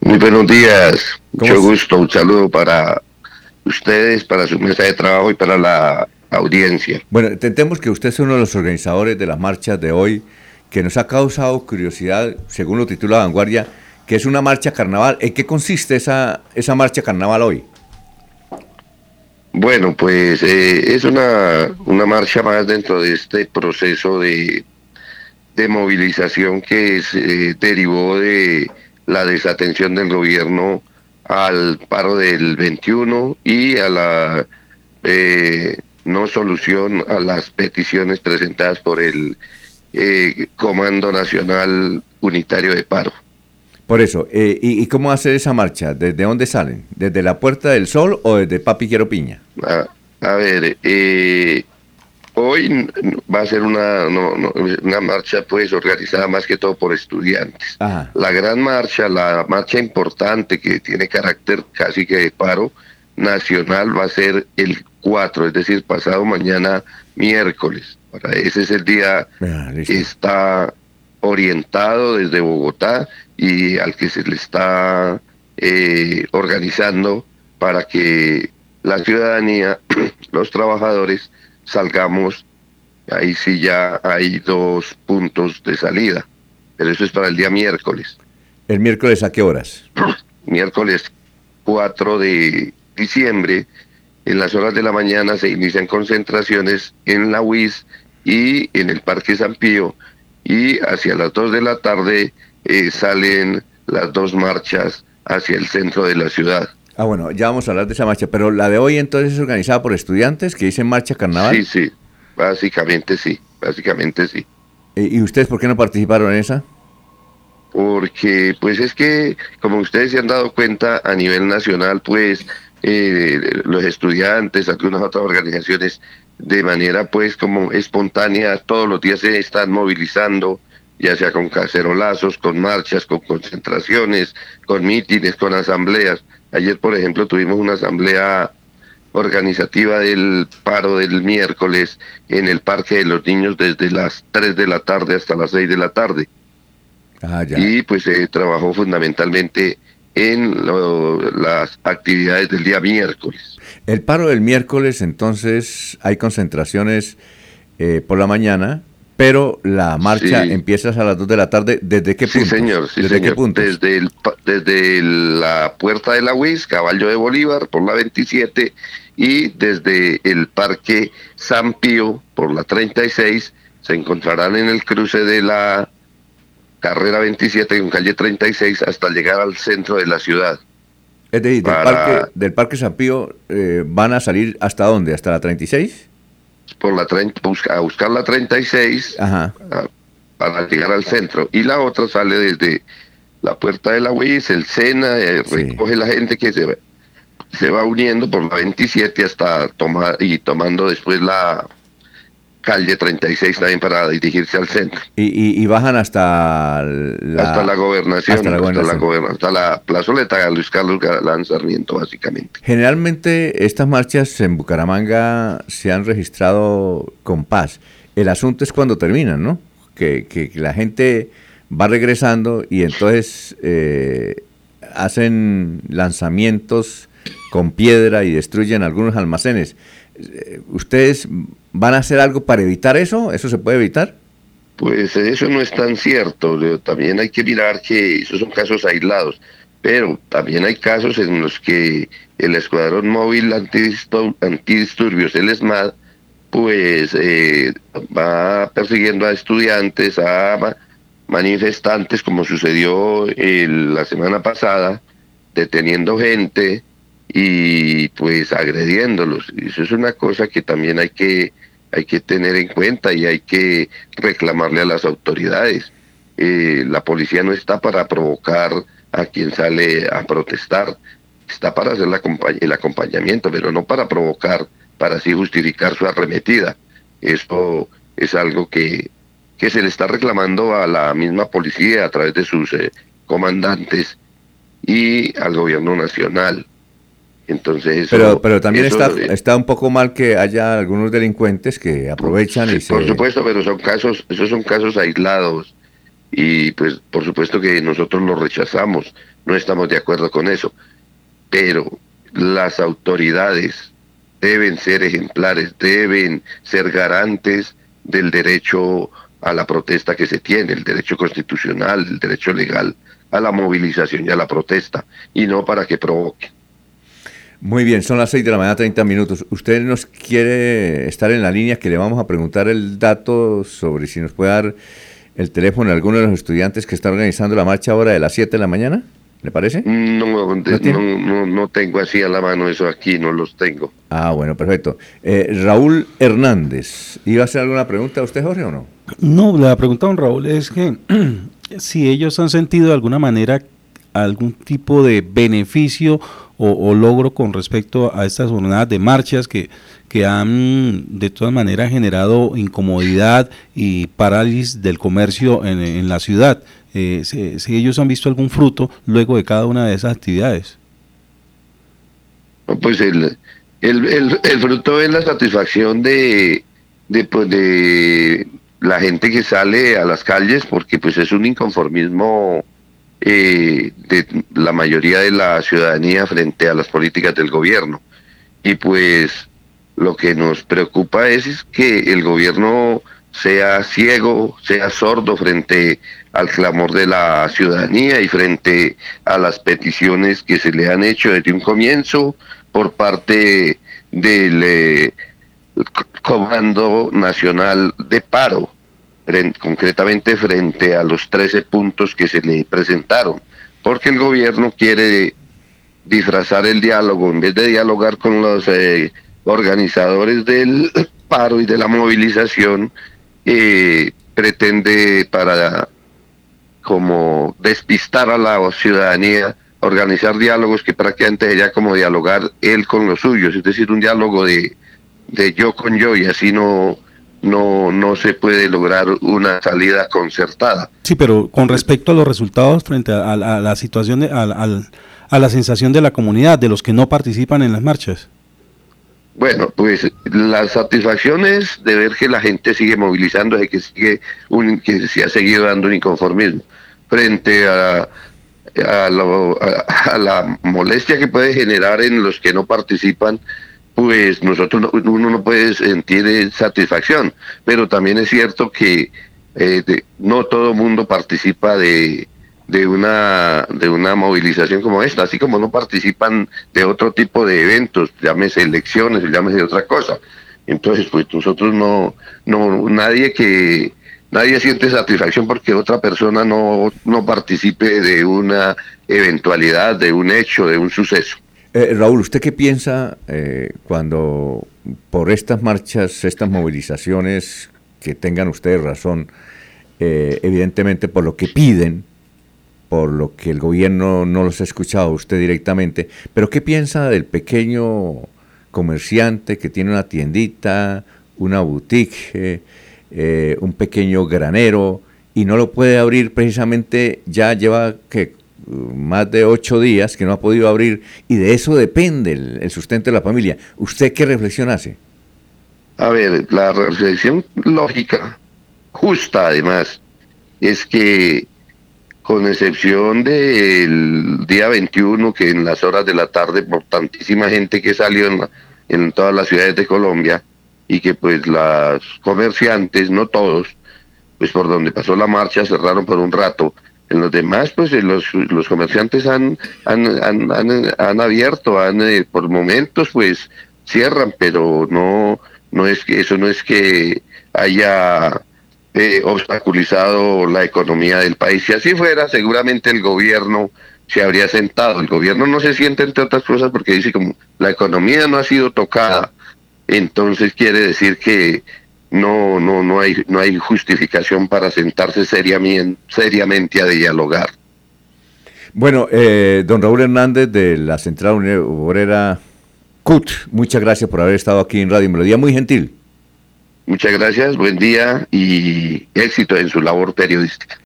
Muy buenos días, ¿Cómo mucho gusto, un saludo para ustedes, para su mesa de trabajo y para la audiencia. Bueno, entendemos que usted es uno de los organizadores de las marchas de hoy, que nos ha causado curiosidad, según lo titula Vanguardia, que es una marcha carnaval. ¿En qué consiste esa marcha carnaval hoy? Bueno, pues es una marcha más dentro de este proceso de movilización que derivó de la desatención del gobierno al paro del 21 y a la no solución a las peticiones presentadas por el Comando Nacional Unitario de Paro. Por eso, ¿y cómo hacer esa marcha? ¿Desde dónde salen? ¿Desde la Puerta del Sol o desde Papi Quiero Piña? A ver, hoy va a ser una marcha pues organizada más que todo por estudiantes. Ajá. La gran marcha, la marcha importante que tiene carácter casi que de paro nacional va a ser el 4, es decir, pasado mañana miércoles. Ese es el día que está orientado desde Bogotá y al que se le está organizando para que la ciudadanía, los trabajadores, salgamos. Ahí sí ya hay 2 puntos de salida, pero eso es para el día miércoles. ¿El miércoles a qué horas? Miércoles 4 de diciembre, en las horas de la mañana se inician concentraciones en la UIS y en el Parque San Pío, y hacia las 2 de la tarde salen las 2 marchas hacia el centro de la ciudad. Ah, bueno, ya vamos a hablar de esa marcha, pero la de hoy entonces es organizada por estudiantes que dicen marcha carnaval. Sí, básicamente sí. ¿Y ustedes por qué no participaron en esa? Porque pues es que, como ustedes se han dado cuenta, a nivel nacional, pues los estudiantes, algunas otras organizaciones, de manera pues como espontánea, todos los días se están movilizando, ya sea con cacerolazos, con marchas, con concentraciones, con mítines, con asambleas. Ayer, por ejemplo, tuvimos una asamblea organizativa del paro del miércoles en el Parque de los Niños desde las 3 de la tarde hasta las 6 de la tarde. Ah, ya. Y pues se trabajó fundamentalmente en las actividades del día miércoles. El paro del miércoles, entonces, hay concentraciones por la mañana, pero la marcha empieza a las 2 de la tarde. ¿Desde qué punto? Sí, señor. ¿Qué puntos? Desde la Puerta de la UIS, Caballo de Bolívar, por la 27, y desde el Parque San Pío, por la 36, se encontrarán en el cruce de la Carrera 27 con calle 36 hasta llegar al centro de la ciudad. Es decir, del parque San Pío van a salir ¿hasta dónde? ¿Hasta la 36? Por la 30, a buscar la 36. Ajá. Para llegar al centro. Y la otra sale desde la Puerta de la UIS, el SENA, recoge la gente que se va uniendo por la 27 hasta tomando después la calle 36 también para dirigirse al centro. Y bajan hasta la gobernación, hasta la plazoleta de Luis Carlos Galán Sarmiento, básicamente. Generalmente estas marchas en Bucaramanga se han registrado con paz. El asunto es cuando terminan, ¿no? Que la gente va regresando y entonces hacen lanzamientos con piedra y destruyen algunos almacenes. ¿Ustedes van a hacer algo para evitar eso? ¿Eso se puede evitar? Pues eso no es tan cierto. También hay que mirar que esos son casos aislados, pero también hay casos en los que el Escuadrón Móvil Antidisturbios, el ESMAD, pues va persiguiendo a estudiantes, a manifestantes, como sucedió la semana pasada, deteniendo gente y pues agrediéndolos. Eso es una cosa que también hay que tener en cuenta y hay que reclamarle a las autoridades. La policía no está para provocar a quien sale a protestar, está para hacer el acompañamiento, pero no para provocar, para así justificar su arremetida. Esto es algo que se le está reclamando a la misma policía a través de sus comandantes y al gobierno nacional. Entonces pero también está un poco mal que haya algunos delincuentes que aprovechan por supuesto, pero esos son casos aislados y pues por supuesto que nosotros los rechazamos, no estamos de acuerdo con eso, pero las autoridades deben ser ejemplares, deben ser garantes del derecho a la protesta que se tiene, el derecho constitucional, el derecho legal a la movilización y a la protesta, y no para que provoque. Muy bien, son las 6 de la mañana, 30 minutos. ¿Usted nos quiere estar en la línea que le vamos a preguntar el dato sobre si nos puede dar el teléfono de alguno de los estudiantes que está organizando la marcha ahora de las 7 de la mañana? ¿Le parece? No tengo así a la mano eso aquí, no los tengo. Ah, bueno, perfecto. Raúl Hernández, ¿iba a hacer alguna pregunta a usted, Jorge, o no? No, la pregunta, don Raúl, es que si ellos han sentido de alguna manera algún tipo de beneficio o logro con respecto a estas jornadas de marchas que han de todas maneras generado incomodidad y parálisis del comercio en la ciudad. Si ellos han visto algún fruto luego de cada una de esas actividades. Pues el fruto es la satisfacción de la gente que sale a las calles, porque pues es un inconformismo de la mayoría de la ciudadanía frente a las políticas del gobierno. Y pues lo que nos preocupa es que el gobierno sea ciego, sea sordo frente al clamor de la ciudadanía y frente a las peticiones que se le han hecho desde un comienzo por parte del Comando Nacional de Paro, concretamente frente a los 13 puntos que se le presentaron, porque el gobierno quiere disfrazar el diálogo, en vez de dialogar con los organizadores del paro y de la movilización, pretende para como despistar a la ciudadanía, organizar diálogos que prácticamente sería como dialogar él con los suyos, es decir, un diálogo de yo con yo, y así no se puede lograr una salida concertada. Sí, pero con respecto a los resultados frente a la situación, a la sensación de la comunidad, de los que no participan en las marchas. Bueno, pues la satisfacción es de ver que la gente sigue movilizando, de que que se ha seguido dando un inconformismo frente a la molestia que puede generar en los que no participan. Pues uno no puede sentir satisfacción, pero también es cierto que no todo mundo participa de una movilización como esta, así como no participan de otro tipo de eventos, llámese elecciones, llámese otra cosa. Entonces, pues nosotros nadie siente satisfacción porque otra persona no participe de una eventualidad, de un hecho, de un suceso. Raúl, ¿usted qué piensa cuando por estas marchas, estas movilizaciones, que tengan ustedes razón, evidentemente por lo que piden, por lo que el gobierno no los ha escuchado a usted directamente, pero qué piensa del pequeño comerciante que tiene una tiendita, una boutique, un pequeño granero y no lo puede abrir precisamente, ya lleva más de 8 días que no ha podido abrir y de eso depende el sustento de la familia? ¿Usted qué reflexión hace? A ver, la reflexión lógica, justa además, es que con excepción del día 21, que en las horas de la tarde, por tantísima gente que salió en todas las ciudades de Colombia, y que pues las comerciantes, no todos, pues por donde pasó la marcha cerraron por un rato. En los demás, pues los comerciantes han abierto, por momentos pues cierran, pero no es que haya obstaculizado la economía del país. Si así fuera, seguramente el gobierno se habría sentado. El gobierno no se siente, entre otras cosas, porque dice como la economía no ha sido tocada, entonces quiere decir que no hay justificación para sentarse seriamente a dialogar. Bueno, don Raúl Hernández de la Central Obrera CUT, muchas gracias por haber estado aquí en Radio Melodía, muy gentil. Muchas gracias, buen día y éxito en su labor periodística.